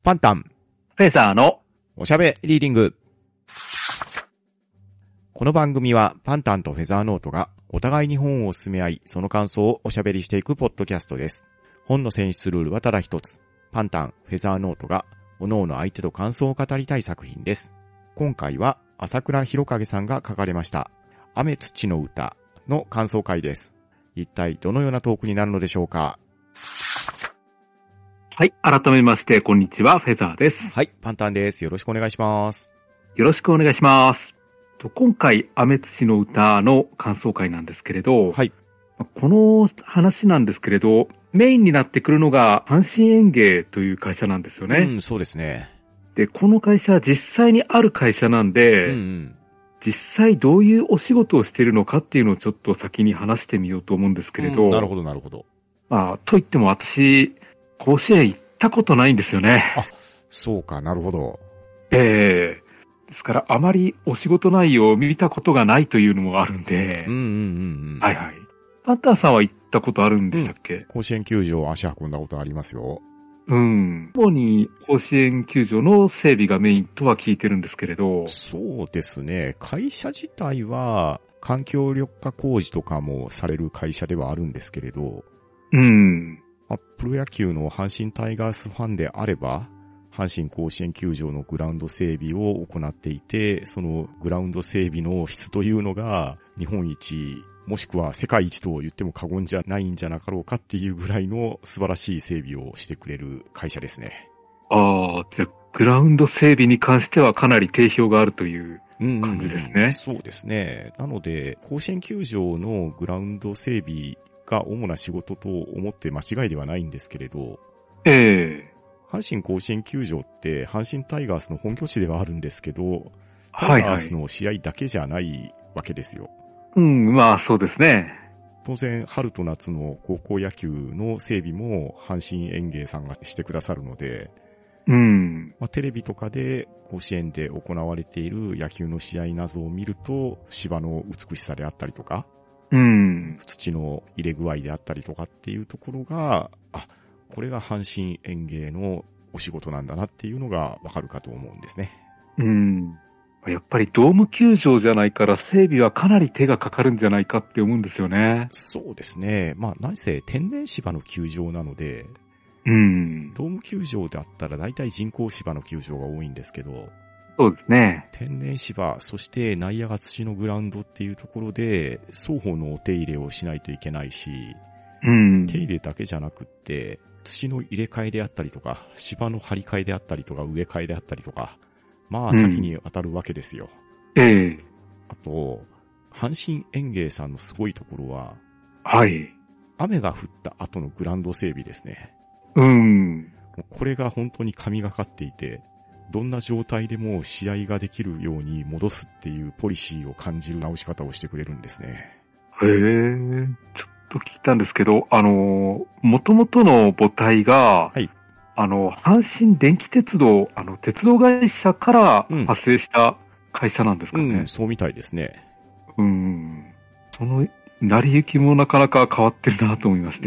パンタン、 フェザーのおしゃべリーディング。この番組はパンタンとフェザーノートがお互いに本を進め合い、その感想をおしゃべりしていくポッドキャストです。本の選出ルールはただ一つ。パンタン、フェザーノートが各々相手と感想を語りたい作品です。今回は朝倉弘景さんが書かれました雨土の歌の感想会です。一体どのようなトークになるのでしょうか。 はい、改めましてこんにちは、フェザーです。 はい、パンタンです。よろしくお願いします。 よろしくお願いします。今回雨土の歌の感想会なんですけれど、 はい。 この話なんですけれど、メインになってくるのが阪神園芸という会社なんですよね。 うん、そうですね。 で、この会社は実際にある会社なんで、実際どういうお仕事をしているのかっていうのをちょっと先に話してみようと思うんですけれど。 なるほど、なるほど。 といっても私、甲子園行ったことないんですよね。 あ、そうか、なるほど。 ですから、あまりお仕事内容を見たことがないというのもあるんで。はいはい。パンタンさんは行ったことあるんでしたっけ？ 甲子園球場足運んだことありますよ。 主に甲子園球場の整備がメインとは聞いてるんですけれど。 そうですね。会社自体は環境緑化工事とかもされる会社ではあるんですけれど。プロ野球の阪神タイガースファンであれば、阪神甲子園球場のグラウンド整備を行っていて、そのグラウンド整備の質というのが日本一、もしくは世界一と言っても過言じゃないんじゃなかろうかっていうぐらいの素晴らしい整備をしてくれる会社ですね。 じゃあグラウンド整備に関してはかなり定評があるという感じですね。 そうですね。なので、甲子園球場のグラウンド整備が主な仕事と思って間違いではないんですけれど、阪神甲子園球場って阪神タイガースの本拠地ではあるんですけど、タイガースの試合だけじゃないわけですよ。 そうですね。 当然、春と夏の高校野球の整備も阪神園芸さんがしてくださるので、テレビとかで甲子園で行われている野球の試合などを見ると、芝の美しさであったりとか、土の入れ具合であったりとかっていうところが、これが阪神園芸のお仕事なんだなっていうのがわかるかと思うんですね。 やっぱりドーム球場じゃないから整備はかなり手がかかるんじゃないかって思うんですよね。 そうですね。何せ天然芝の球場なので、ドーム球場であったら大体人工芝の球場が多いんですけど、 そうですね。 天然芝、そして内野が土のグラウンドっていうところで、双方のお手入れをしないといけないし、手入れだけじゃなくって、土の入れ替えであったりとか、芝の張り替えであったりとか、植え替えであったりとか、多岐にわたるわけですよ。あと、阪神園芸さんのすごいところは、雨が降った後のグラウンド整備ですね。これが本当に神がかっていて、どんな状態でも試合ができるように戻すっていうポリシーを感じる直し方をしてくれるんですね。 ちょっと聞いたんですけど、元々の母体が、阪神電気鉄道、鉄道会社から派生した会社なんですかね。 そうみたいですね。 その成り行きもなかなか変わってるなと思いまして。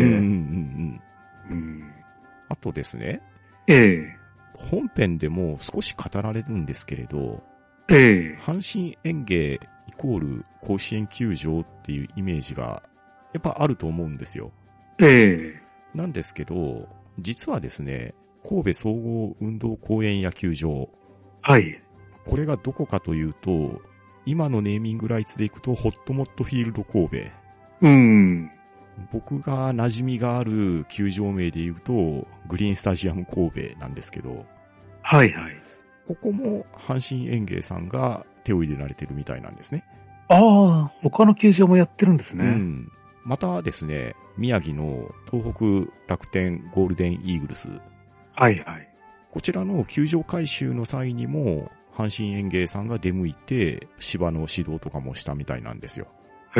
あとですね。本編でも少し語られるんですけれど、阪神園芸イコール甲子園球場っていうイメージがやっぱあると思うんですよ。なんですけど、実はですね、神戸総合運動公園野球場。これがどこかというと、今のネーミングライツでいくと、ホットモットフィールド神戸。僕が馴染みがある球場名で言うと、グリーンスタジアム神戸なんですけど、ここも阪神園芸さんが手を入れられてるみたいなんですね。 他の球場もやってるんですね。 またですね、宮城の東北楽天ゴールデンイーグルス。こちらの球場改修の際にも、阪神園芸さんが出向いて、芝の指導とかもしたみたいなんですよ。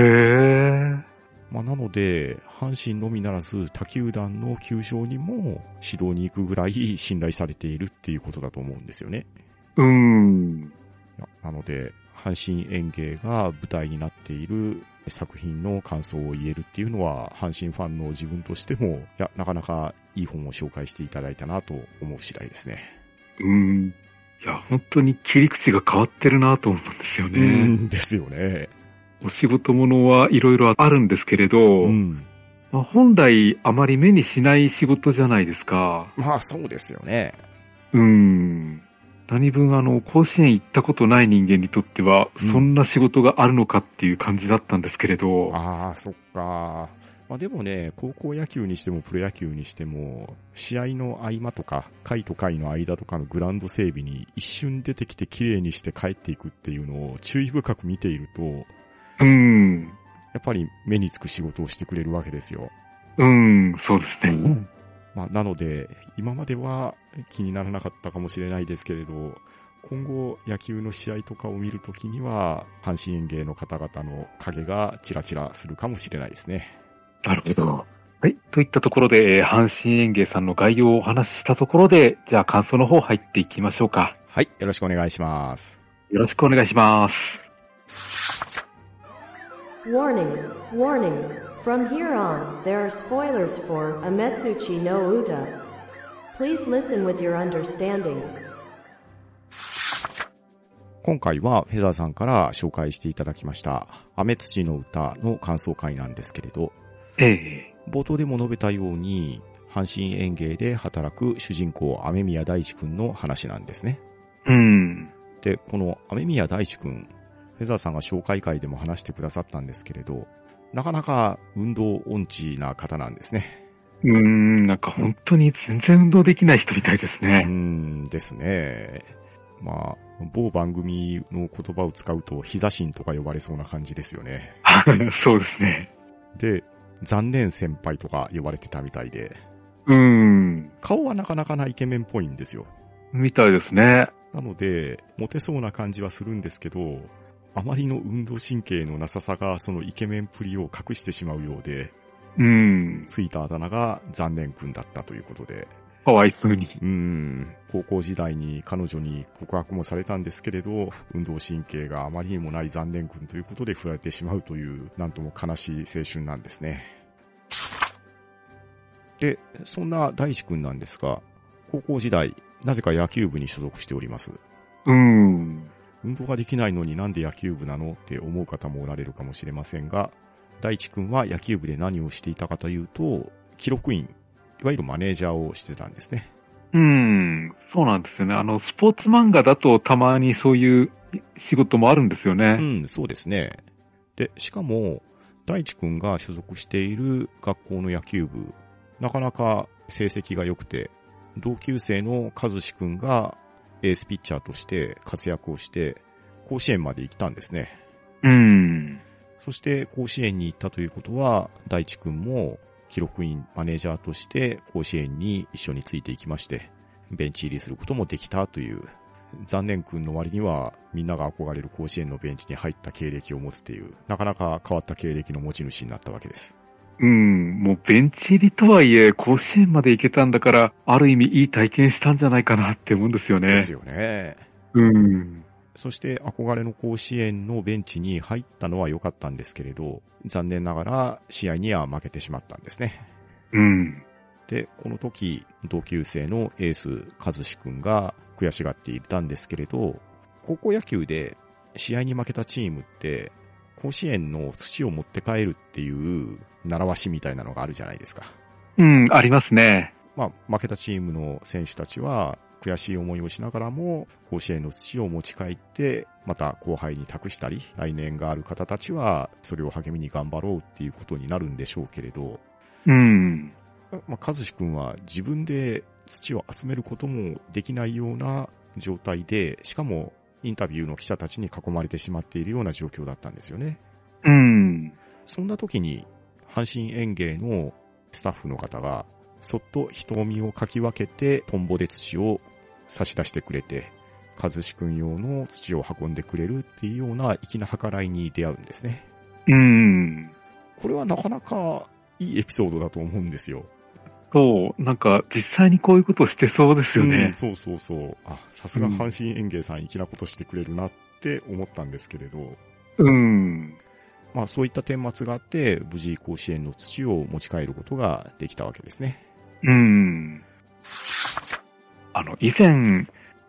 なので、阪神のみならず他球団の球場にも指導に行くぐらい信頼されているっていうことだと思うんですよね。なので、阪神園芸が舞台になっている作品の感想を言えるっていうのは、阪神ファンの自分としても、なかなかいい本を紹介していただいたなと思う次第ですね。 いや、本当に切り口が変わってるなと思うんですよね。 ですよね。 お仕事ものはいろいろあるんですけれど、本来あまり目にしない仕事じゃないですか。 まあそうですよね。 何分甲子園行ったことない人間にとっては、そんな仕事があるのかっていう感じだったんですけれど。 ああ、そっか。まあでもね、高校野球にしてもプロ野球にしても、試合の合間とか、回と回の間とかのグラウンド整備に一瞬出てきて綺麗にして帰っていくっていうのを注意深く見ていると、やっぱり目につく仕事をしてくれるわけですよ。 そうですね。 まあ、なので、今までは気にならなかったかもしれないですけれど、今後野球の試合とかを見るときには、阪神園芸の方々の影がチラチラするかもしれないですね。 なるほど。はい。といったところで、阪神園芸さんの概要をお話ししたところで、じゃあ感想の方入っていきましょうか。 はい。よろしくお願いします。 よろしくお願いします。 Warning, warning. From here on, there are spoilers for Ametsuchi no Uta. Please listen with your understanding. 今回はフェザーさんから紹介していただきましたアメツチの歌の感想会なんですけれど、冒頭でも述べたように阪神園芸で働く主人公雨宮大地くんの話なんですね。で、この雨宮大地くん、フェザーさんが紹介会でも話してくださったんですけれど、なかなか運動音痴な方なんですね。 なんか本当に全然運動できない人みたいですね。 ですね。まあ、某番組の言葉を使うと、膝神とか呼ばれそうな感じですよね。 そうですね。 で、残念先輩とか呼ばれてたみたいで。顔はなかなかなイケメンっぽいんですよ。 みたいですね。 なので、モテそうな感じはするんですけど、あまりの運動神経のなささがそのイケメンっぷりを隠してしまうようで、ついたあだ名が残念くんだったということで。 かわいそうに。 高校時代に彼女に告白もされたんですけれど、運動神経があまりにもない残念くんということで振られてしまうという、なんとも悲しい青春なんですね。で、そんな大地くんなんですが、高校時代、なぜか野球部に所属しております。運動ができないのになんで野球部なのって思う方もおられるかもしれませんが、大地くんは野球部で何をしていたかというと、記録員、いわゆるマネージャーをしてたんですね。 そうなんですよね。スポーツ漫画だとたまにそういう仕事もあるんですよね。 そうですね。で、しかも、大地くんが所属している学校の野球部、なかなか成績が良くて、同級生の和志くんがエースピッチャーとして活躍をして、甲子園まで行ったんですね。そして甲子園に行ったということは、大地くんも記録員マネージャーとして甲子園に一緒についていきまして、ベンチ入りすることもできたという、残念くんの割にはみんなが憧れる甲子園のベンチに入った経歴を持つという、なかなか変わった経歴の持ち主になったわけです。 もうベンチ入りとはいえ、甲子園まで行けたんだから、ある意味いい体験したんじゃないかなって思うんですよね。 ですよね。そして憧れの甲子園のベンチに入ったのは良かったんですけれど、残念ながら試合には負けてしまったんですね。で、この時、同級生のエース、和志くんが悔しがっていたんですけれど、高校野球で試合に負けたチームって、甲子園の土を持って帰るっていう習わしみたいなのがあるじゃないですか。 ありますね。 まあ、負けたチームの選手たちは、悔しい思いをしながらも、甲子園の土を持ち帰って、また後輩に託したり、来年がある方たちは、それを励みに頑張ろうっていうことになるんでしょうけれど、まあ、和志くんは自分で土を集めることもできないような状態で、しかもインタビューの記者たちに囲まれてしまっているような状況だったんですよね。そんな時に、阪神園芸のスタッフの方が、そっと瞳をかき分けて、トンボで土を差し出してくれて、和志くん用の土を運んでくれるっていうような粋な計らいに出会うんですね。これはなかなかいいエピソードだと思うんですよ。 そう、なんか実際にこういうことをしてそうですよね。 そうそうそう。あ、さすが阪神園芸さん粋なことしてくれるなって思ったんですけれど。まあそういった顛末があって、無事甲子園の土を持ち帰ることができたわけですね。 以前、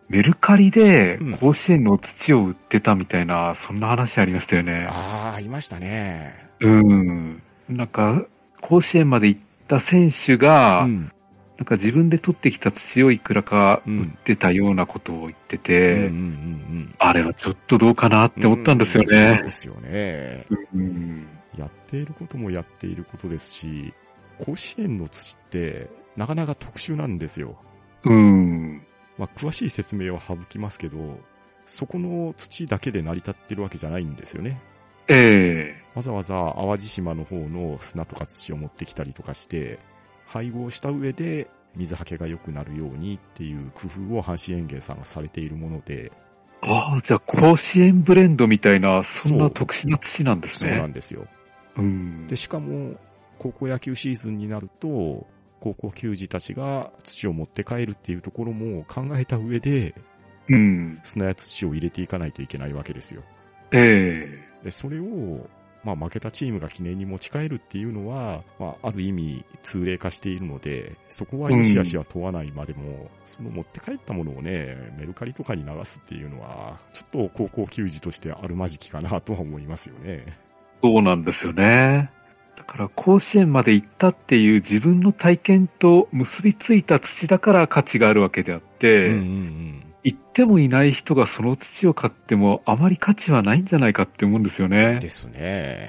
メルカリで甲子園の土を売ってたみたいな、そんな話ありましたよね。 ありましたね。 なんか、甲子園まで行った選手が、なんか自分で取ってきた土をいくらか売ってたようなことを言ってて、あれはちょっとどうかなって思ったんですよね。 そうですよね。やっていることもやっていることですし、甲子園の土ってなかなか特殊なんですよ。まあ、詳しい説明は省きますけど、そこの土だけで成り立ってるわけじゃないんですよね。わざわざ淡路島の方の砂とか土を持ってきたりとかして、配合した上で水はけが良くなるようにっていう工夫を阪神園芸さんがされているもので。 じゃあ甲子園ブレンドみたいな、そんな特殊な土なんですね。 そうなんですよ。で、しかも、高校野球シーズンになると、高校球児たちが土を持って帰るっていうところも考えた上で、砂や土を入れていかないといけないわけですよ。で、それを、まあ負けたチームが記念に持ち帰るっていうのは、まあある意味通例化しているので、そこは良し悪しは問わないまでも、その持って帰ったものをね、メルカリとかに流すっていうのは、ちょっと高校球児としてあるまじきかなとは思いますよね。 そうなんですよね。だから甲子園まで行ったっていう自分の体験と結びついた土だから価値があるわけであって、行ってもいない人がその土を買ってもあまり価値はないんじゃないかって思うんですよね。 ですね。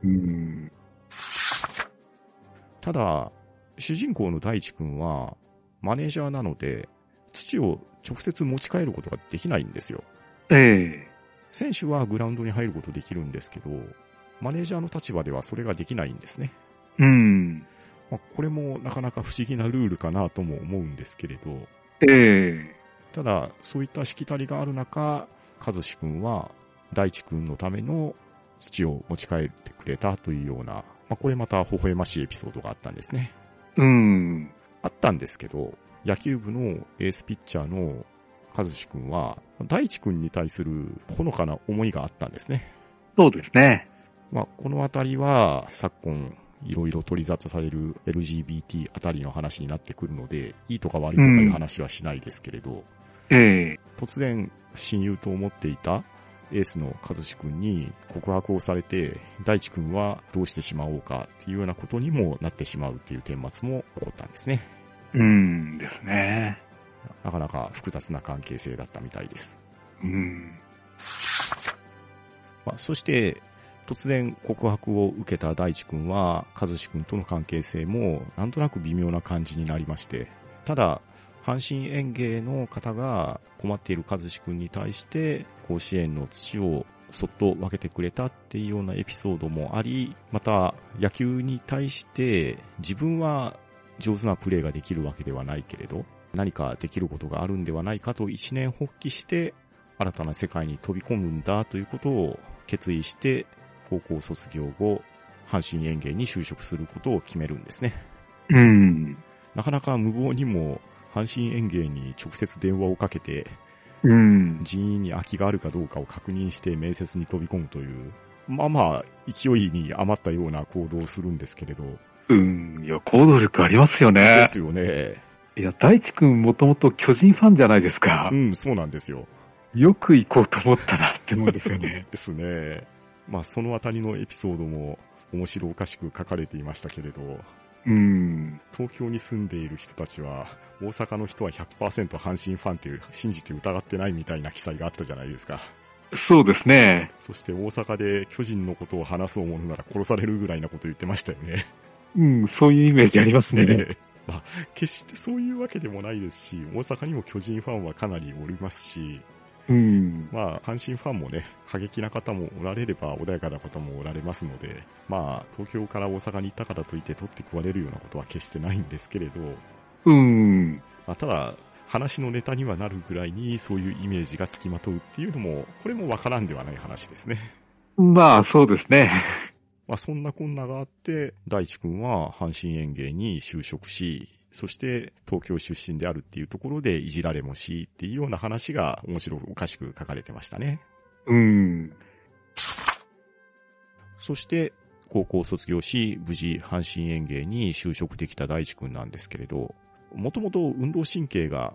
ただ、主人公の大地君はマネージャーなので土を直接持ち帰ることができないんですよ。選手はグラウンドに入ることできるんですけど、マネージャーの立場ではそれができないんですね。まあ、これもなかなか不思議なルールかなとも思うんですけれど、ただそういったしきたりがある中、和志くんは大地くんのための土を持ち帰ってくれたというような、まあ、これまた微笑ましいエピソードがあったんですね。あったんですけど、野球部のエースピッチャーの和志くんは大地くんに対するほのかな思いがあったんですね。 そうですね。 まあ、このあたりは昨今いろいろ取り沙汰される LGBT あたりの話になってくるので、いいとか悪いとかいう話はしないですけれど、突然親友と思っていたエースの和志くんに告白をされて、大地くんはどうしてしまおうかっていうようなことにもなってしまうっていう顛末も起こったんですね。 ですね。 なかなか複雑な関係性だったみたいです。まあ、そして突然告白を受けた大地くんは和志くんとの関係性もなんとなく微妙な感じになりまして、ただ阪神園芸の方が困っている和志くんに対して甲子園の土をそっと分けてくれたっていうようなエピソードもあり、また野球に対して自分は上手なプレーができるわけではないけれど、何かできることがあるんではないかと一念発起して新たな世界に飛び込むんだということを決意して、高校卒業後阪神園芸に就職することを決めるんですね。なかなか無謀にも阪神園芸に直接電話をかけて、人員に空きがあるかどうかを確認して面接に飛び込むという、まあ勢いに余ったような行動をするんですけれど。 いや、行動力ありますよね。 ですよね。 いや、大地くんもともと巨人ファンじゃないですか。 そうなんですよ。 よく行こうと思ったなって思うんですよね。 ですね。まあそのあたりのエピソードも面白おかしく書かれていましたけれど、東京に住んでいる人たちは大阪の人は 100% 阪神ファンっていう信じて疑ってないみたいな記載があったじゃないですか。 そうですね。 そして大阪で巨人のことを話そうものなら殺されるぐらいなこと言ってましたよね。 そういうイメージありますね。 まあ決してそういうわけでもないですし、大阪にも巨人ファンはかなりおりますし、まあ、阪神ファンもね、過激な方もおられれば穏やかな方もおられますので、まあ、東京から大阪に行ったからといって取って食われるようなことは決してないんですけれど、まあ、ただ、話のネタにはなるぐらいにそういうイメージがつきまとうっていうのも、これもわからんではない話ですね。 まあ、そうですね。 まあ、そんなこんながあって、大地くんは阪神園芸に就職し、そして東京出身であるっていうところでいじられもしっていうような話が面白おかしく書かれてましたね。そして高校卒業し無事阪神園芸に就職できた大地くんなんですけれど、もともと運動神経が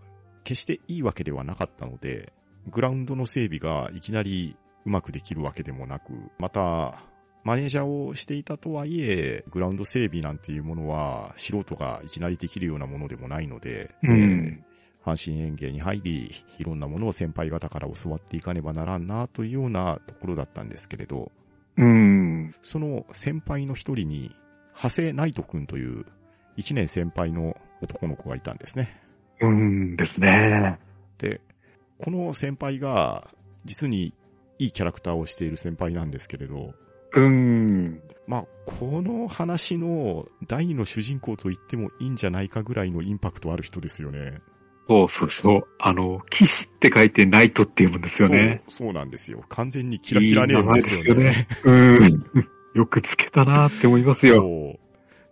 決していいわけではなかったので、グラウンドの整備がいきなりうまくできるわけでもなく、また、マネージャーをしていたとはいえ、グラウンド整備なんていうものは素人がいきなりできるようなものでもないので、阪神園芸に入り、いろんなものを先輩方から教わっていかねばならんなというようなところだったんですけれど、その先輩の一人に、長谷ナイト君という1年先輩の男の子がいたんですね。 ですね。 で、この先輩が実にいいキャラクターをしている先輩なんですけれど、まあ、この話の第二の主人公と言ってもいいんじゃないかぐらいのインパクトある人ですよね。 そう。騎士って書いてナイトって言うんですよね。 そうなんですよ。完全にキラキラネームですよね。 よくつけたなって思いますよ。 そう。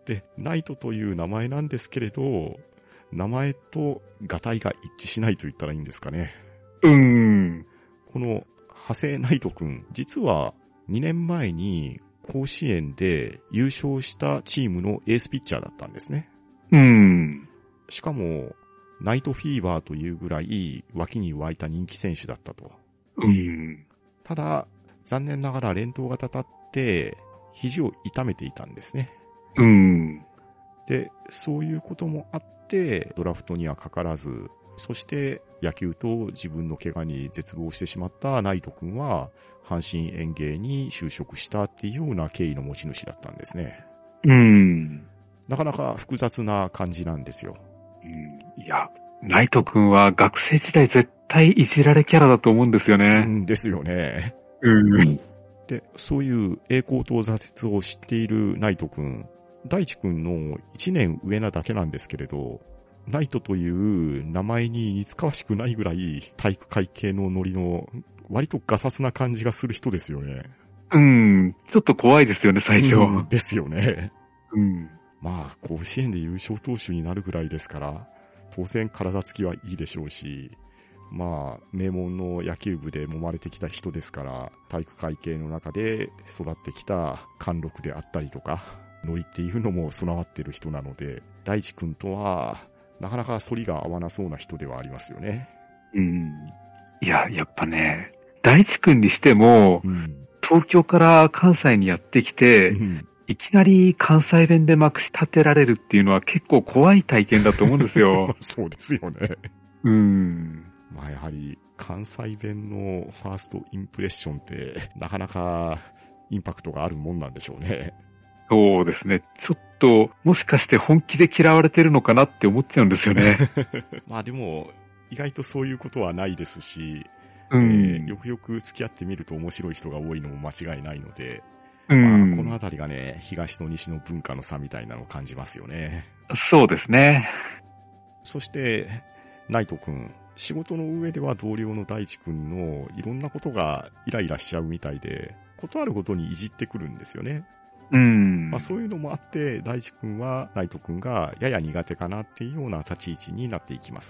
で、ナイトという名前なんですけれど、名前と画体が一致しないと言ったらいいんですかね。この、長谷ナイトくん、実は2年前に甲子園で優勝したチームのエースピッチャーだったんですね。しかも、ナイトフィーバーというぐらい脇に湧いた人気選手だったと。ただ、残念ながら連投がたたって肘を痛めていたんですね。で、そういうこともあってドラフトにはかからず、そして野球と自分の怪我に絶望してしまったナイト君は阪神園芸に就職したっていうような経緯の持ち主だったんですね。なかなか複雑な感じなんですよ。 いや、ナイト君は学生時代絶対いじられキャラだと思うんですよね。 ですよね。で、そういう栄光と挫折を知っているナイト君、大地君の1年上なだけなんですけれど、ナイトという名前に似つかわしくないぐらい体育会系のノリの割とガサツな感じがする人ですよね。 ちょっと怖いですよね、最初。 ですよね。まあ、甲子園で優勝投手になるぐらいですから、当然体つきはいいでしょうし、まあ、名門の野球部で揉まれてきた人ですから、体育会系の中で育ってきた貫禄であったりとか、ノリっていうのも備わってる人なので、大地君とは、なかなか反りが合わなそうな人ではありますよね。 いや、やっぱね、大地君にしても、東京から関西にやってきて、いきなり関西弁でまくし立てられるっていうのは結構怖い体験だと思うんですよ。 そうですよね。まあやはり関西弁のファーストインプレッションってなかなかインパクトがあるもんなんでしょうね。 そうですね。ちょっともしかして本気で嫌われてるのかなって思っちゃうんですよね。 まあでも意外とそういうことはないですし、よくよく付き合ってみると面白い人が多いのも間違いないので、まあ、このあたりがね、東と西の文化の差みたいなのを感じますよね。 そうですね。 そして、ナイト君、仕事の上では同僚の大地君のいろんなことがイライラしちゃうみたいで、ことあるごとにいじってくるんですよね。まあ、そういうのもあって、大地君はナイト君がやや苦手かなっていうような立ち位置になっていきます。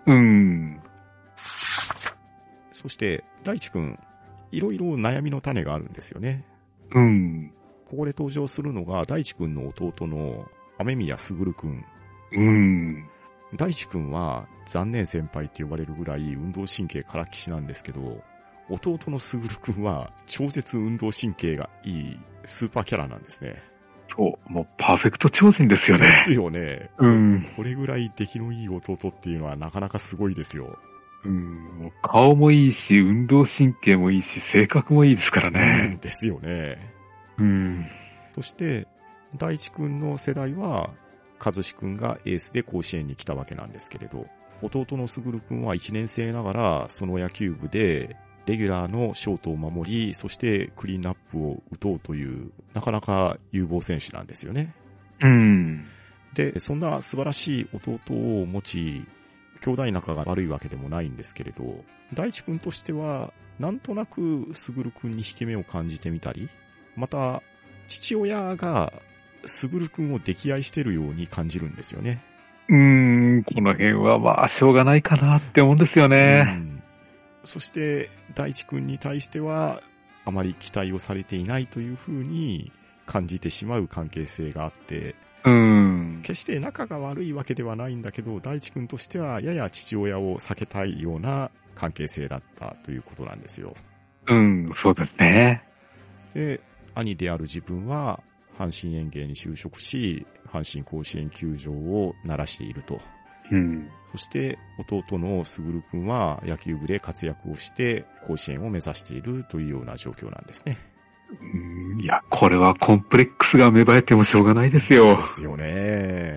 そして、大地君、いろいろ悩みの種があるんですよね。ここで登場するのが大地君の弟の雨宮卓君。大地君は残念先輩って呼ばれるぐらい運動神経からきしなんですけど、弟の卓君は超絶運動神経がいいスーパーキャラなんですね。 そう、もうパーフェクト超人ですよね。 ですよね。これぐらい出来のいい弟っていうのはなかなかすごいですよ。 もう顔もいいし、運動神経もいいし、性格もいいですからね。 ですよね。そして、大地君の世代は、和志君がエースで甲子園に来たわけなんですけれど、弟の卓君は1年生ながら、その野球部で、レギュラーのショートを守り、そしてクリーンアップを打とうという、なかなか有望選手なんですよね。で、そんな素晴らしい弟を持ち、兄弟仲が悪いわけでもないんですけれど、大地君としては、なんとなく卓君に引け目を感じてみたり、また、父親が卓君を溺愛してるように感じるんですよね。 この辺はまあ、しょうがないかなって思うんですよね。 そして、大地君に対しては、あまり期待をされていないというふうに感じてしまう関係性があって、 決して仲が悪いわけではないんだけど、大地君としてはやや父親を避けたいような関係性だったということなんですよ。 そうですね。 で、兄である自分は阪神園芸に就職し、阪神甲子園球場を鳴らしていると。そして弟の卓君は野球部で活躍をして甲子園を目指しているというような状況なんですね。 いや、これはコンプレックスが芽生えてもしょうがないですよ。 ですよね。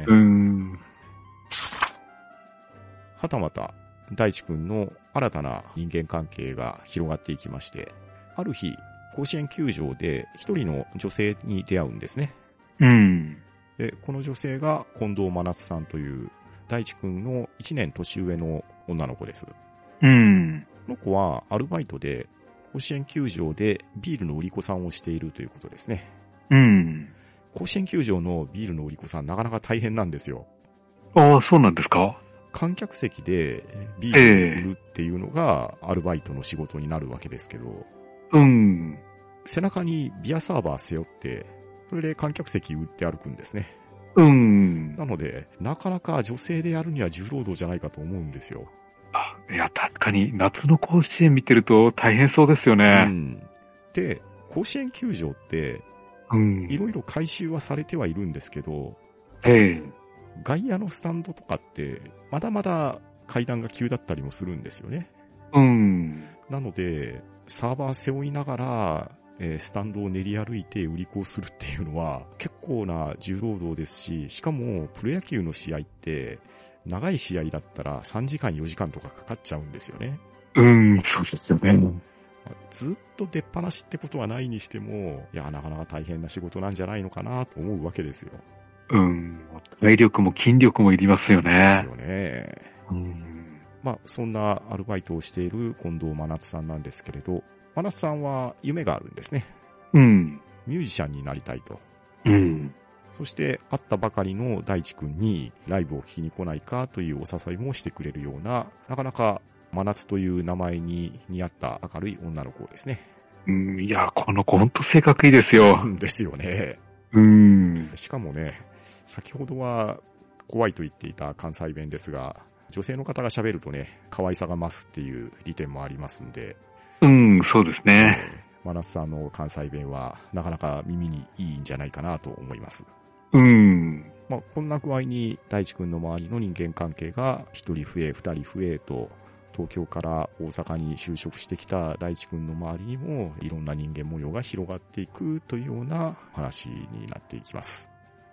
はたまた大地君の新たな人間関係が広がっていきまして、ある日甲子園球場で一人の女性に出会うんですね。で、この女性が近藤真夏さんという大地君の1年年上の女の子です。この子はアルバイトで甲子園球場でビールの売り子さんをしているということですね。甲子園球場のビールの売り子さんなかなか大変なんですよ。 ああ、そうなんですか？ 観客席でビールを売るっていうのがアルバイトの仕事になるわけですけど、背中にビアサーバー背負って、それで観客席売って歩くんですね。なので、なかなか女性でやるには重労働じゃないかと思うんですよ。 いや、確かに夏の甲子園見てると大変そうですよね。 で、甲子園球場って、いろいろ改修はされてはいるんですけど、外野のスタンドとかって、まだまだ階段が急だったりもするんですよね。なので、サーバー背負いながら、スタンドを練り歩いて売り子をするっていうのは結構な重労働ですし、しかもプロ野球の試合って長い試合だったら3時間4時間とかかかっちゃうんですよね。 そうですよね。 ずっと出っ放しってことはないにしても、いや、なかなか大変な仕事なんじゃないのかなと思うわけですよ。 体力も筋力もいりますよね。 ですよね。そんなアルバイトをしている近藤真夏さんなんですけれど、真夏さんは夢があるんですね。ミュージシャンになりたいと。そして会ったばかりの大地君にライブを聴きに来ないかというお誘いもしてくれるような、なかなか真夏という名前に似合った明るい女の子ですね。 いや、この子ほんと性格いいですよ。 ですよね。しかもね、先ほどは怖いと言っていた関西弁ですが、女性の方が喋るとね、可愛さが増すっていう利点もありますんで。 そうですね。 真夏さんの関西弁はなかなか耳にいいんじゃないかなと思います。こんな具合に大地君の周りの人間関係が一人増え二人増えと、東京から大阪に就職してきた大地君の周りにもいろんな人間模様が広がっていくというような話になっていきます。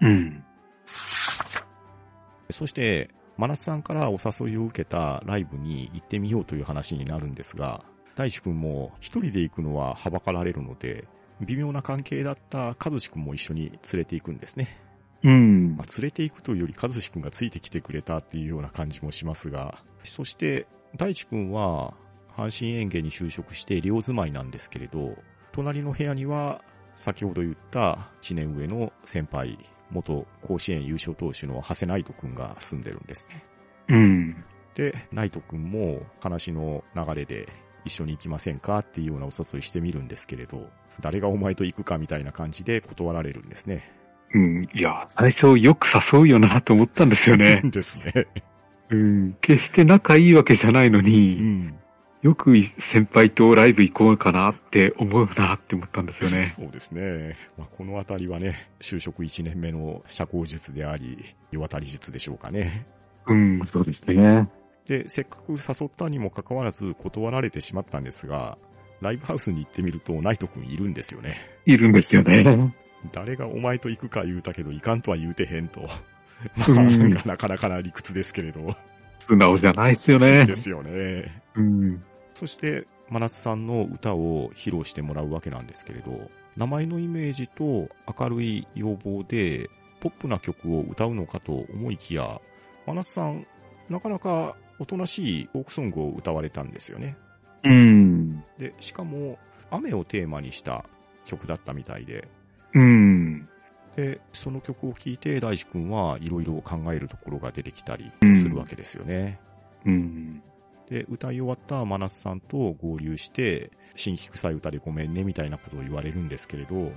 そして真夏さんからお誘いを受けたライブに行ってみようという話になるんですが、大地君も一人で行くのははばかられるので、微妙な関係だった和志君も一緒に連れて行くんですね。連れて行くというより和志君がついてきてくれたっていうような感じもしますが、そして大地君は阪神園芸に就職して寮住まいなんですけれど、隣の部屋には先ほど言った1年上の先輩、元甲子園優勝投手の長谷ナイト君が住んでるんですね。で、ナイト君も話の流れで一緒に行きませんかっていうようなお誘いしてみるんですけれど、誰がお前と行くかみたいな感じで断られるんですね。 いや、最初よく誘うよなと思ったんですよね。 ですね。 決して仲いいわけじゃないのに、よく先輩とライブ行こうかなって思うなって思ったんですよね。 そうですね。このあたりはね、就職1年目の社交術であり、世渡り術でしょうかね。 そうですね。 で、せっかく誘ったにもかかわらず断られてしまったんですが、ライブハウスに行ってみるとナイト君いるんですよね。 いるんですよね。 誰がお前と行くか言うたけど行かんとは言うてへんと。なかなかな理屈ですけれど。 素直じゃないですよね。 ですよね。そして、真夏さんの歌を披露してもらうわけなんですけれど、名前のイメージと明るい要望で、ポップな曲を歌うのかと思いきや、真夏さん、なかなかおとなしいフォークソングを歌われたんですよね。で、しかも、雨をテーマにした曲だったみたいで、で、その曲を聴いて大地君はいろいろ考えるところが出てきたりするわけですよね。で、歌い終わった真夏さんと合流して、新規臭い歌でごめんねみたいなことを言われるんですけれど、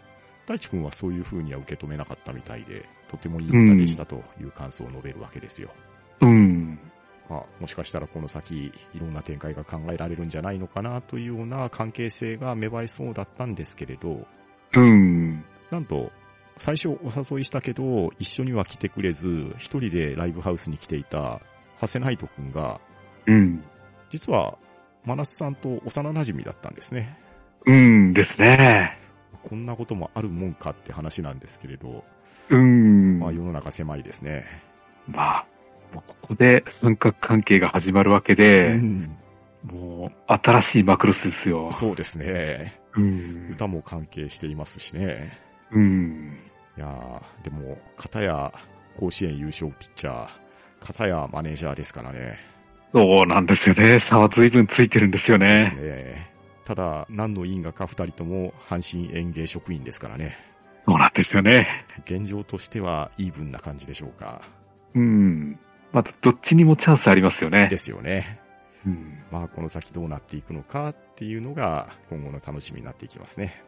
大地君はそういう風には受け止めなかったみたいで、とてもいい歌でしたという感想を述べるわけですよ。もしかしたらこの先、いろんな展開が考えられるんじゃないのかなというような関係性が芽生えそうだったんですけれど、なんと、最初お誘いしたけど、一緒には来てくれず、一人でライブハウスに来ていた、ハセナイト君が、実は、マナスさんと幼馴染だったんですね。 ですね。 こんなこともあるもんかって話なんですけれど、世の中狭いですね。 ここで三角関係が始まるわけで、もう新しいマクロスですよ。 そうですね。歌も関係していますしね。いやー、でも、片や甲子園優勝ピッチャー、片やマネージャーですからね。 そうなんですよね。差は随分ついてるんですよね。 ですね。ただ、何の因果か二人とも阪神園芸職員ですからね。 そうなんですよね。 現状としてはイーブンな感じでしょうか。 またどっちにもチャンスありますよね。 ですよね。この先どうなっていくのかっていうのが今後の楽しみになっていきますね。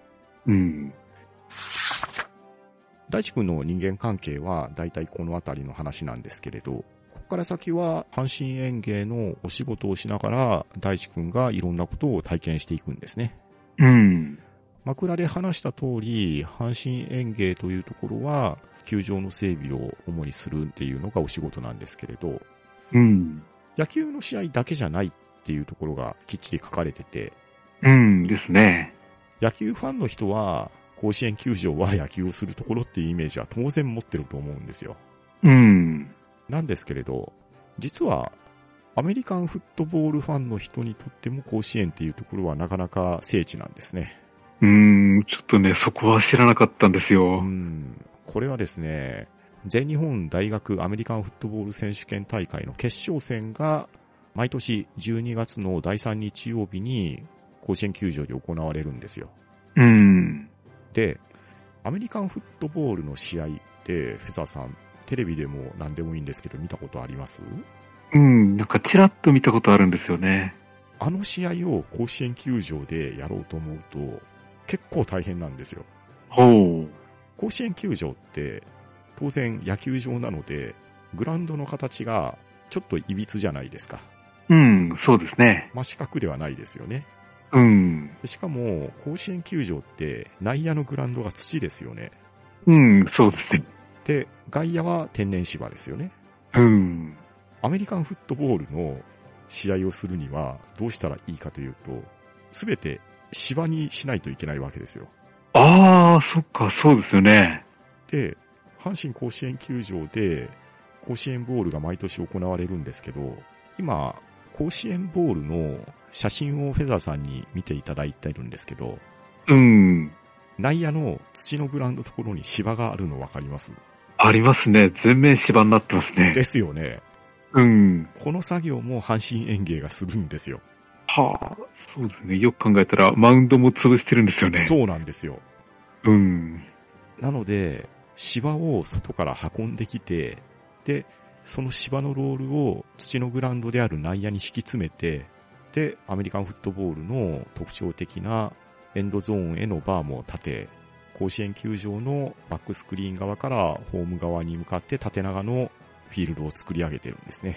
大地君の人間関係はだいたいこのあたりの話なんですけれど、ここから先は阪神園芸のお仕事をしながら大地君がいろんなことを体験していくんですね。枕で話した通り、阪神園芸というところは球場の整備を主にするっていうのがお仕事なんですけれど、野球の試合だけじゃないっていうところがきっちり書かれてて、 ですね。 野球ファンの人は甲子園球場は野球をするところっていうイメージは当然持ってると思うんですよ。なんですけれど、実はアメリカンフットボールファンの人にとっても甲子園っていうところはなかなか聖地なんですね。 ちょっとね、そこは知らなかったんですよ。 これはですね、全日本大学アメリカンフットボール選手権大会の決勝戦が毎年12月の第3日曜日に甲子園球場で行われるんですよ。で、アメリカンフットボールの試合ってフェザーさん、テレビでも何でもいいんですけど見たことあります？ なんかちらっと見たことあるんですよね。 あの試合を甲子園球場でやろうと思うと結構大変なんですよ。甲子園球場って当然野球場なのでグラウンドの形がちょっといびつじゃないですか。 そうですね。 真四角ではないですよね。しかも甲子園球場って内野のグラウンドが土ですよね。 そうですね。 で、外野は天然芝ですよね。アメリカンフットボールの試合をするにはどうしたらいいかというと、すべて芝にしないといけないわけですよ。 そっか、そうですよね。 で、阪神甲子園球場で甲子園ボールが毎年行われるんですけど、今、甲子園ボールの写真をフェザーさんに見ていただいてるんですけど、内野の土のグラウンドのところに芝があるの分かります？ ありますね。全面芝になってますね。 ですよね。この作業も阪神園芸がするんですよ。 そうですね。よく考えたらマウンドも潰してるんですよね。 そうなんですよ。なので、芝を外から運んできて、で、その芝のロールを土のグラウンドである内野に敷き詰めて、で、アメリカンフットボールの特徴的なエンドゾーンへのバーも立て、甲子園球場のバックスクリーン側からホーム側に向かって縦長のフィールドを作り上げてるんですね。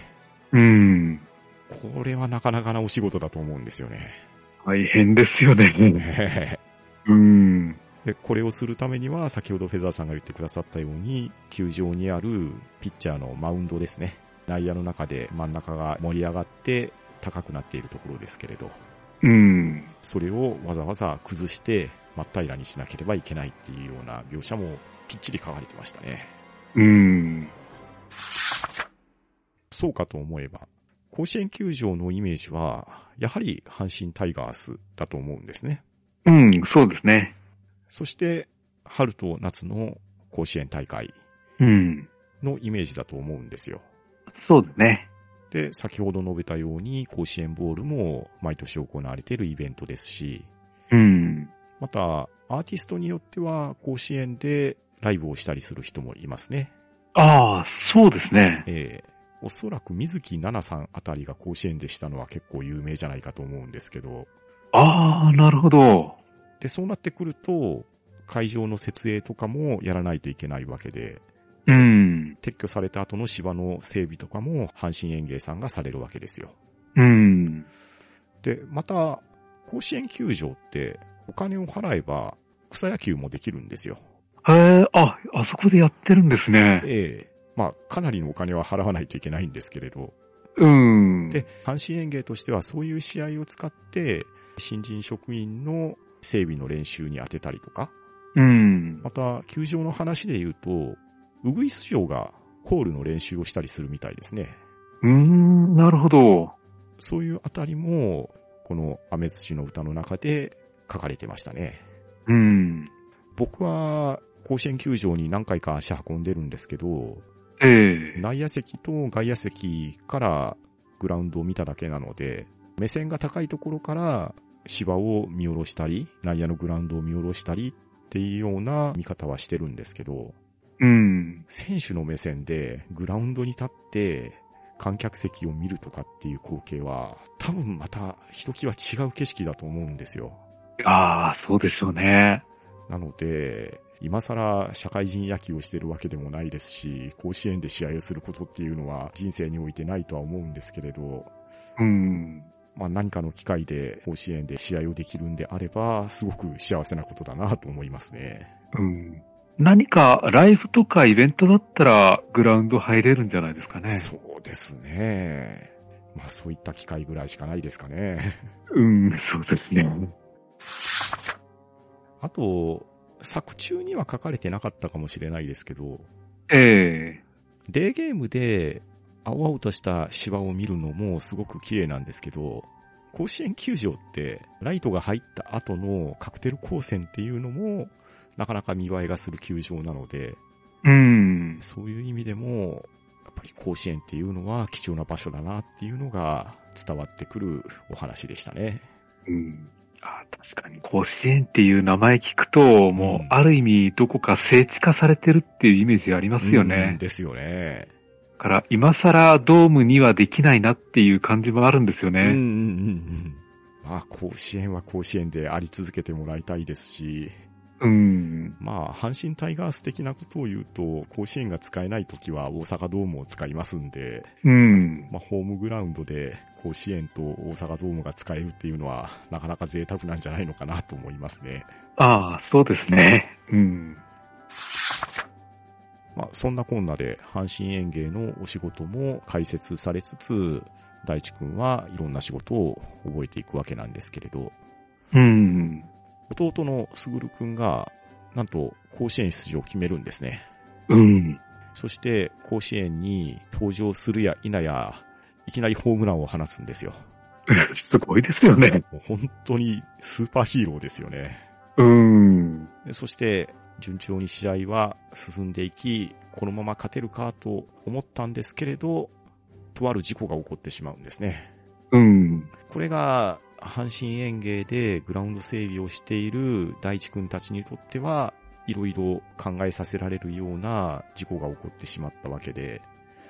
これはなかなかなお仕事だと思うんですよね。 大変ですよね。 で、これをするためには、先ほどフェザーさんが言ってくださったように、球場にあるピッチャーのマウンドですね。内野の中で真ん中が盛り上がって高くなっているところですけれど。それをわざわざ崩して真っ平らにしなければいけないっていうような描写もきっちり書かれてましたね。そうかと思えば、甲子園球場のイメージは、やはり阪神タイガースだと思うんですね。 そうですね。 そして、春と夏の甲子園大会のイメージだと思うんですよ。 そうですね。 で、先ほど述べたように甲子園ボールも毎年行われているイベントですし、また、アーティストによっては甲子園でライブをしたりする人もいますね。 そうですね。 おそらく水木奈々さんあたりが甲子園でしたのは結構有名じゃないかと思うんですけど。 なるほど。 で、そうなってくると、 会場の設営とかもやらないといけないわけで、 撤去された後の芝の整備とかも阪神園芸さんがされるわけですよ。で、また、甲子園球場ってお金を払えば草野球もできるんですよ。 へえ、あそこでやってるんですね。 まあ、かなりのお金は払わないといけないんですけれど。で、阪神園芸としてはそういう試合を使って、新人職員の整備の練習に当てたりとか。また、球場の話で言うと、ウグイス嬢がコールの練習をしたりするみたいですね。 なるほど。 そういうあたりも、この雨土の歌の中で書かれてましたね。僕は甲子園球場に何回か足運んでるんですけど、内野席と外野席からグラウンドを見ただけなので、目線が高いところから芝を見下ろしたり、内野のグラウンドを見下ろしたりっていうような見方はしてるんですけど、選手の目線でグラウンドに立って観客席を見るとかっていう光景は多分またひときわ違う景色だと思うんですよ。 そうでしょうね。 なので、今更社会人野球をしてるわけでもないですし、甲子園で試合をすることっていうのは人生においてないとは思うんですけれど、まあ何かの機会で甲子園で試合をできるんであれば、すごく幸せなことだなと思いますね。 何かライブとかイベントだったらグラウンド入れるんじゃないですかね。 そうですね。まあそういった機会ぐらいしかないですかね。 そうですね。 あと、作中には書かれてなかったかもしれないですけど、 デーゲームで青々とした芝を見るのもすごく綺麗なんですけど、甲子園球場ってライトが入った後のカクテル光線っていうのもなかなか見栄えがする球場なので、そういう意味でもやっぱり甲子園っていうのは貴重な場所だなっていうのが伝わってくるお話でしたね。 確かに甲子園っていう名前聞くと、もうある意味どこか聖地化されてるっていうイメージありますよね。 ですよね。 だから今更ドームにはできないなっていう感じもあるんですよね。 まあ甲子園は甲子園であり続けてもらいたいですし、まあ阪神タイガース的なことを言うと、甲子園が使えないときは大阪ドームを使いますんで、まあホームグラウンドで甲子園と大阪ドームが使えるっていうのはなかなか贅沢なんじゃないのかなと思いますね。 そうですね。 まあそんなこんなで阪神園芸のお仕事も解説されつつ、大地君はいろんな仕事を覚えていくわけなんですけれど、弟のすぐるくんがなんと甲子園出場を決めるんですね。そして甲子園に登場するや否やいきなりホームランを放つんですよ。 すごいですよね。 もう本当にスーパーヒーローですよね。そして順調に試合は進んでいき、このまま勝てるかと思ったんですけれど、とある事故が起こってしまうんですね。これが阪神園芸でグラウンド整備をしている大地君たちにとってはいろいろ考えさせられるような事故が起こってしまったわけで、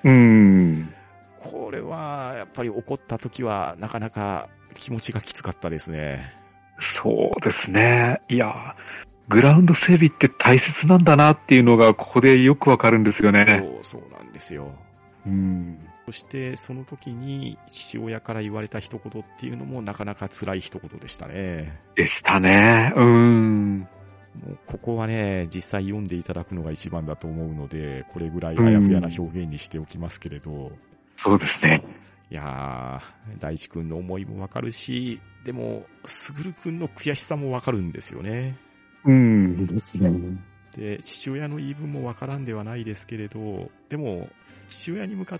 これはやっぱり起こった時はなかなか気持ちがきつかったですね。 そうですね。いや、グラウンド整備って大切なんだなっていうのがここでよくわかるんですよね。 そうなんですよ。そしてその時に父親から言われた一言っていうのもなかなか辛い一言でしたね。 でしたね。 もうここはね、実際読んでいただくのが一番だと思うので、これぐらいあやふやな表現にしておきますけれど。 そうですね。 いやー、大地くんの思いもわかるし、でも、すぐるくんの悔しさもわかるんですよね。 ですね。 で、父親の言い分もわからんではないですけれど、でも、父親に向かって、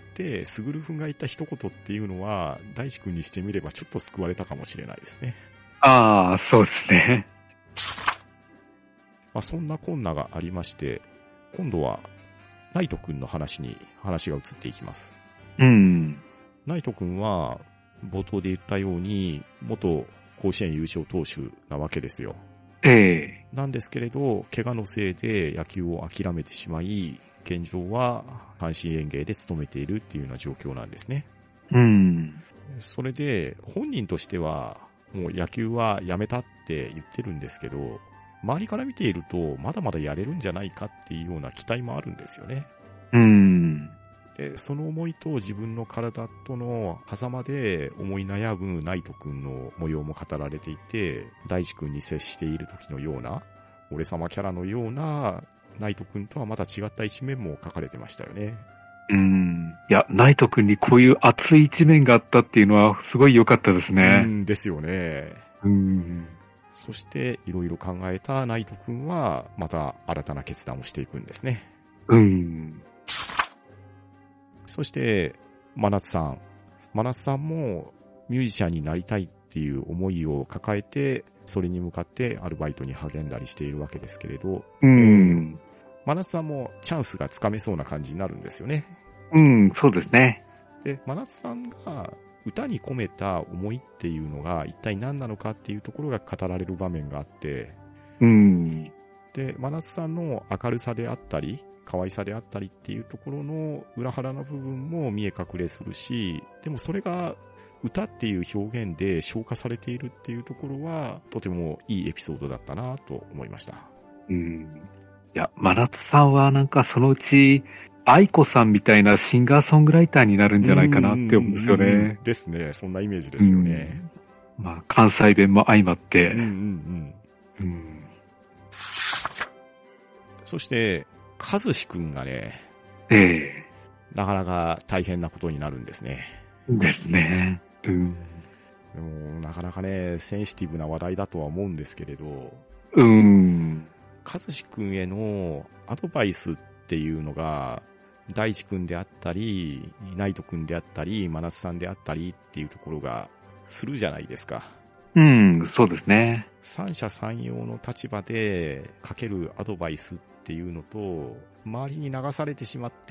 すぐるくんが言った一言っていうのは、大地くんにしてみればちょっと救われたかもしれないですね。 そうですね。 まあ、そんなこんながありまして、今度は、ナイトくんの話が移っていきます。ナイト君は冒頭で言ったように元甲子園優勝投手なわけですよ。なんですけれど、怪我のせいで野球を諦めてしまい、現状は阪神園芸で勤めているっていうような状況なんですね。それで本人としてはもう野球はやめたって言ってるんですけど、 周りから見ていると、まだまだやれるんじゃないかっていうような期待もあるんですよね。で、その思いと自分の体との狭間で思い悩むナイト君の模様も語られていて、大地君に接している時のような、俺様キャラのようなナイト君とはまた違った一面も書かれてましたよね。 いや、ナイト君にこういう熱い一面があったっていうのはすごい良かったですね。 ですよね。そして、いろいろ考えたナイト君は、また新たな決断をしていくんですね。そして、真夏さん。真夏さんもミュージシャンになりたいっていう思いを抱えて、それに向かってアルバイトに励んだりしているわけですけれど、真夏さんもチャンスがつかめそうな感じになるんですよね。 そうですね。 で、真夏さんが歌に込めた思いっていうのが一体何なのかっていうところが語られる場面があって、で、真夏さんの明るさであったり、可愛さであったりっていうところの裏腹な部分も見え隠れするし、でもそれが歌っていう表現で消化されているっていうところは、とてもいいエピソードだったなと思いました。 いや、真夏さんはなんかそのうち、愛子さんみたいなシンガーソングライターになるんじゃないかなって思うんですよね。 ですね。そんなイメージですよね。 関西弁も相まって。 そして、和志くんがね、なかなか大変なことになるんですね。 ですね。 でもなかなかね、センシティブな話題だとは思うんですけれど、和志くんへのアドバイスっていうのが、大地くんであったり、ナイトくんであったり、真夏さんであったりっていうところがするじゃないですか。 そうですね。 三者三様の立場でかけるアドバイスっていうのと、周りに流されてしまって、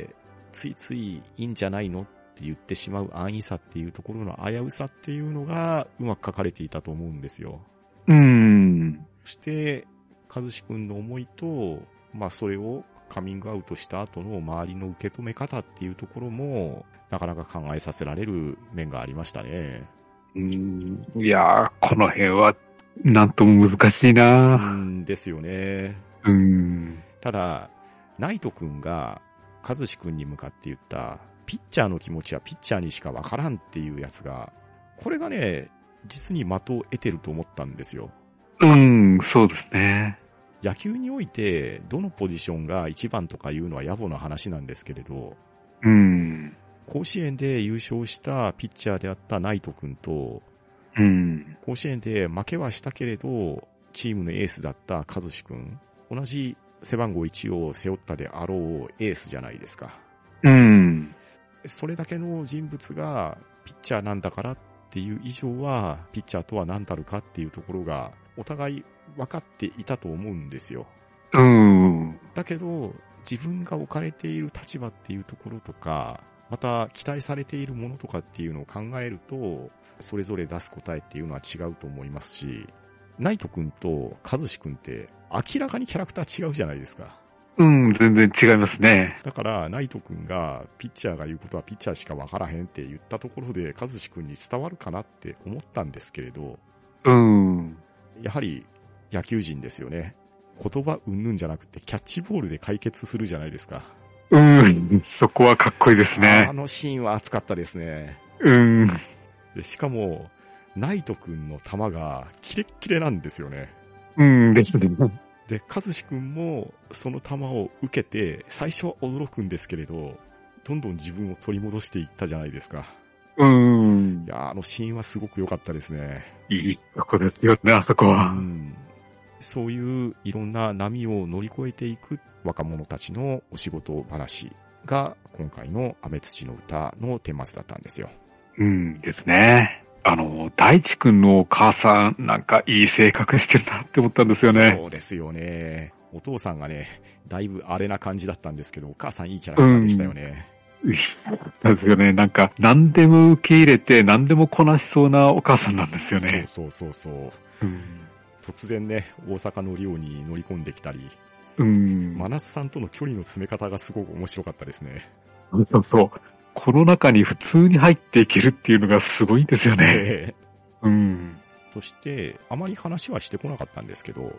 ついついいいんじゃないのって言ってしまう安易さっていうところの危うさっていうのがうまく書かれていたと思うんですよ。そして、和志くんの思いと、それをカミングアウトした後の周りの受け止め方っていうところも、なかなか考えさせられる面がありましたね。 いやー、この辺は、なんとも難しいなですよね。ただ、ナイト君が、和志君に向かって言った、ピッチャーの気持ちはピッチャーにしかわからんっていうやつが、これがね、実に的を得てると思ったんですよ。 そうですね。 野球において、どのポジションが一番とかいうのは野暮な話なんですけれど、甲子園で優勝したピッチャーであったナイト君と、甲子園で負けはしたけれど、チームのエースだった和志君、同じ背番号1を背負ったであろうエースじゃないですか。それだけの人物がピッチャーなんだからっていう以上は、ピッチャーとは何たるかっていうところが、お互い分かっていたと思うんですよ。だけど、自分が置かれている立場っていうところとか、また期待されているものとかっていうのを考えると、それぞれ出す答えっていうのは違うと思いますし、ナイト君と和志君って明らかにキャラクター違うじゃないですか。 全然違いますね。 だから、ナイト君がピッチャーが言うことはピッチャーしかわからへんって言ったところで、和志君に伝わるかなって思ったんですけれど、やはり野球人ですよね。言葉うんぬんじゃなくてキャッチボールで解決するじゃないですか。 そこはかっこいいですね。 あのシーンは熱かったですね。でしかも、ナイト君の球がキレッキレなんですよね。 ですね。 で、和志君もその球を受けて、最初は驚くんですけれど、どんどん自分を取り戻していったじゃないですか。いや、あのシーンはすごく良かったですね。 いいとこですよね、あそこは。 そういういろんな波を乗り越えていく若者たちのお仕事話が今回の雨土の歌のテーマスだったんですよ。 ですね。大地くんのお母さんなんかいい性格してるなって思ったんですよね。 そうですよね。お父さんがね、だいぶ荒れな感じだったんですけど、お母さんいいキャラクターでしたよね。 そうですよね。なんか何でも受け入れて何でもこなしそうなお母さんなんですよね。 そう。突然ね、大阪の寮に乗り込んできたり、真夏さんとの距離の詰め方がすごく面白かったですね。 そう。この中に普通に入っていけるっていうのがすごいんですよね。 そして、あまり話はしてこなかったんですけど、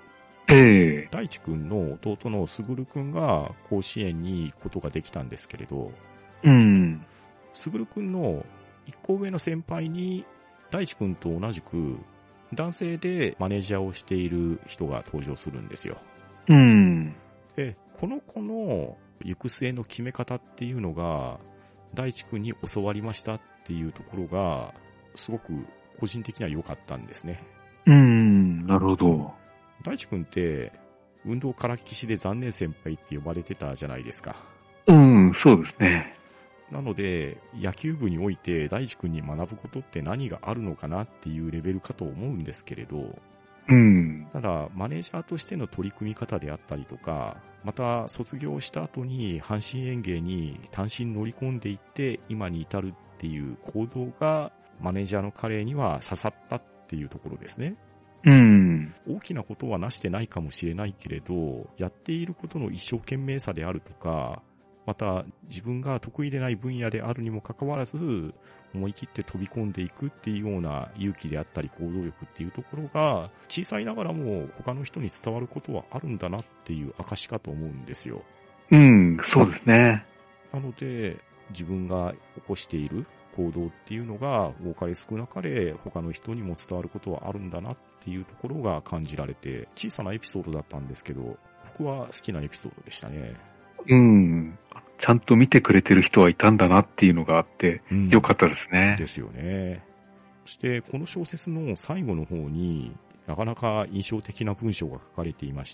大地くんの弟のすぐるくんが甲子園に行くことができたんですけれど、すぐるくんの一個上の先輩に大地くんと同じく男性でマネージャーをしている人が登場するんですよ。で、この子の行く末の決め方っていうのが大地くんに教わりましたっていうところがすごく個人的には良かったんですね。 なるほど。 大地くんって運動からっきしで残念先輩って呼ばれてたじゃないですか。 そうですね。 なので野球部において大地くんに学ぶことって何があるのかなっていうレベルかと思うんですけれど、ただマネージャーとしての取り組み方であったりとか、また卒業した後に阪神園芸に単身乗り込んでいって今に至るっていう行動がマネージャーの彼には刺さったっていうところですね。大きなことはなしてないかもしれないけれど、やっていることの一生懸命さであるとか、また自分が得意でない分野であるにもかかわらず思い切って飛び込んでいくっていうような勇気であったり行動力っていうところが小さいながらも他の人に伝わることはあるんだなっていう証かと思うんですよ。 そうですね。 なので自分が起こしている行動っていうのが多かれ少なかれ他の人にも伝わることはあるんだなっていうところが感じられて、小さなエピソードだったんですけど僕は好きなエピソードでしたね。 ちゃんと見てくれてる人はいたんだなっていうのがあって、よかったですね。 ですよね。そしてこの小説の最後の方になかなか印象的な文章が書かれていまして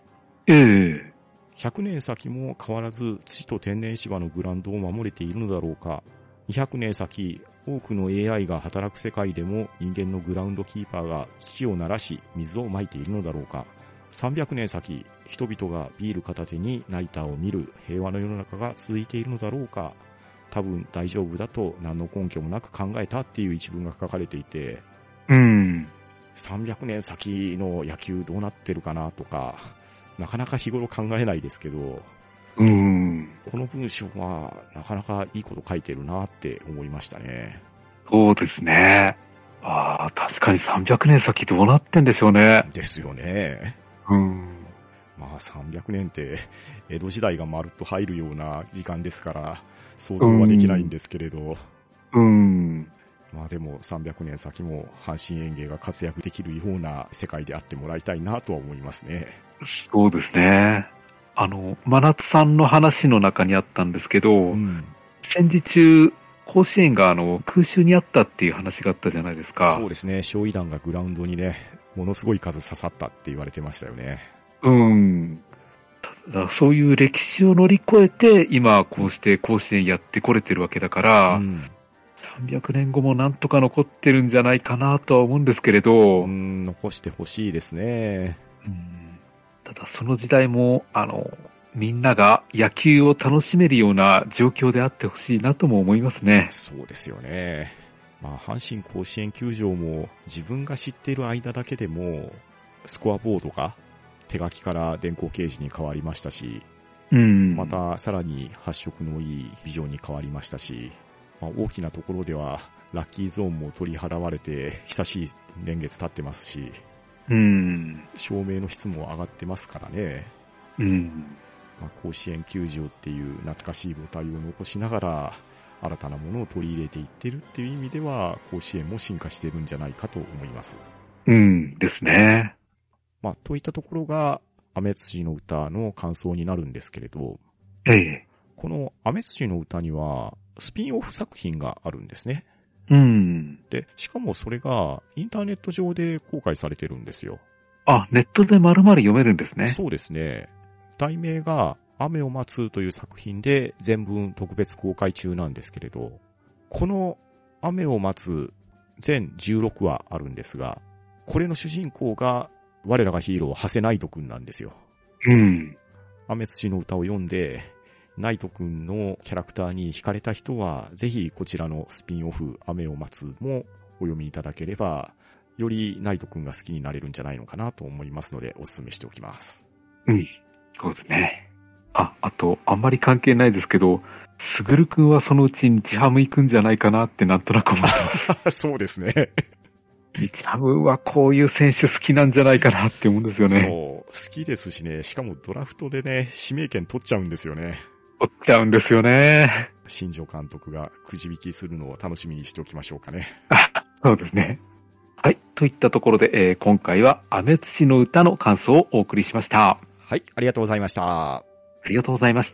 、100年先も変わらず土と天然芝のグラウンドを守れているのだろうか。200年先、多くの AI が働く世界でも人間のグラウンドキーパーが土を鳴らし水をまいているのだろうか。300年先、人々がビール片手にナイターを見る平和の世の中が続いているのだろうか。多分大丈夫だと何の根拠もなく考えたっていう一文が書かれていて、300年先の野球どうなってるかなとか、なかなか日頃考えないですけど、この文章はなかなかいいこと書いてるなって思いましたね。 そうですね。確かに300年先どうなってんでしょうね。 ですよね。まあ300年って江戸時代がまるっと入るような時間ですから想像はできないんですけれど、まあでも300年先も阪神園芸が活躍できるような世界であってもらいたいなとは思いますね。 そうですね。真夏さんの話の中にあったんですけど、戦時中甲子園が空襲にあったっていう話があったじゃないですか。 そうですね。焼夷弾がグラウンドにね、ものすごい数刺さったって言われてましたよね。 ただそういう歴史を乗り越えて今こうして甲子園やってこれてるわけだから、300年後もなんとか残ってるんじゃないかなとは思うんですけれど、 残してほしいですね。 ただその時代もみんなが野球を楽しめるような状況であってほしいなとも思いますね。 そうですよね。まあ、阪神甲子園球場も自分が知っている間だけでもスコアボードが手書きから電光掲示に変わりましたし、またさらに発色のいいビジョンに変わりましたし、まあ、大きなところではラッキーゾーンも取り払われて久しい年月経ってますし、照明の質も上がってますからね。まあ、甲子園球場っていう懐かしい母体を残しながら新たなものを取り入れていってるっていう意味では甲子園も進化してるんじゃないかと思います。 ですね。 まあ、といったところが雨土の歌の感想になるんですけれど、この雨土の歌にはスピンオフ作品があるんですね。で、しかもそれがインターネット上で公開されてるんですよ。 ネットで丸々読めるんですね。 そうですね。題名が雨を待つという作品で全文特別公開中なんですけれど、この雨を待つ全16話あるんですが、これの主人公が我らがヒーロー、長谷ナイトくんなんですよ。雨土の歌を読んで、ナイトくんのキャラクターに惹かれた人は、ぜひこちらのスピンオフ、雨を待つもお読みいただければ、よりナイトくんが好きになれるんじゃないのかなと思いますので、お勧めしておきます。 そうですね。あと、あんまり関係ないですけど、すぐるくんはそのうち日ハム行くんじゃないかなってなんとなく思ってます。 そうですね。 日ハムはこういう選手好きなんじゃないかなって思うんですよね。 そう。 好きですしね、しかもドラフトでね、指名権取っちゃうんですよね。 取っちゃうんですよね。 新庄監督がくじ引きするのを楽しみにしておきましょうかね。 そうですね。はい。といったところで、今回はアメツシの歌の感想をお送りしました。 はい。ありがとうございました。 ありがとうございました。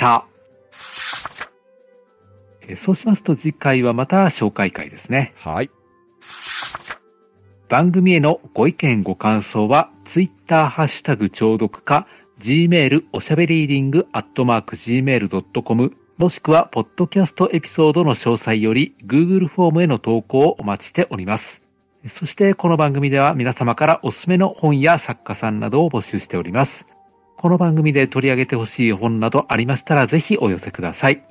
そうしますと次回はまた紹介会ですね。 はい。 番組へのご意見ご感想は、Twitter ハッシュタグ聴読か、Gmail おしゃべりーディング@gmail.com もしくは、ポッドキャストエピソードの詳細より Google フォームへの投稿をお待ちしております。そしてこの番組では皆様からおすすめの本や作家さんなどを募集しております。この番組で取り上げてほしい本などありましたらぜひお寄せください。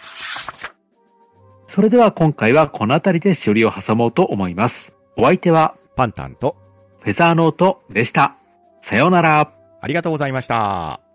それでは今回はこの辺りでしおりを挟もうと思います。お相手はパンタンとフェザーノートでした。さようなら。 ありがとうございました。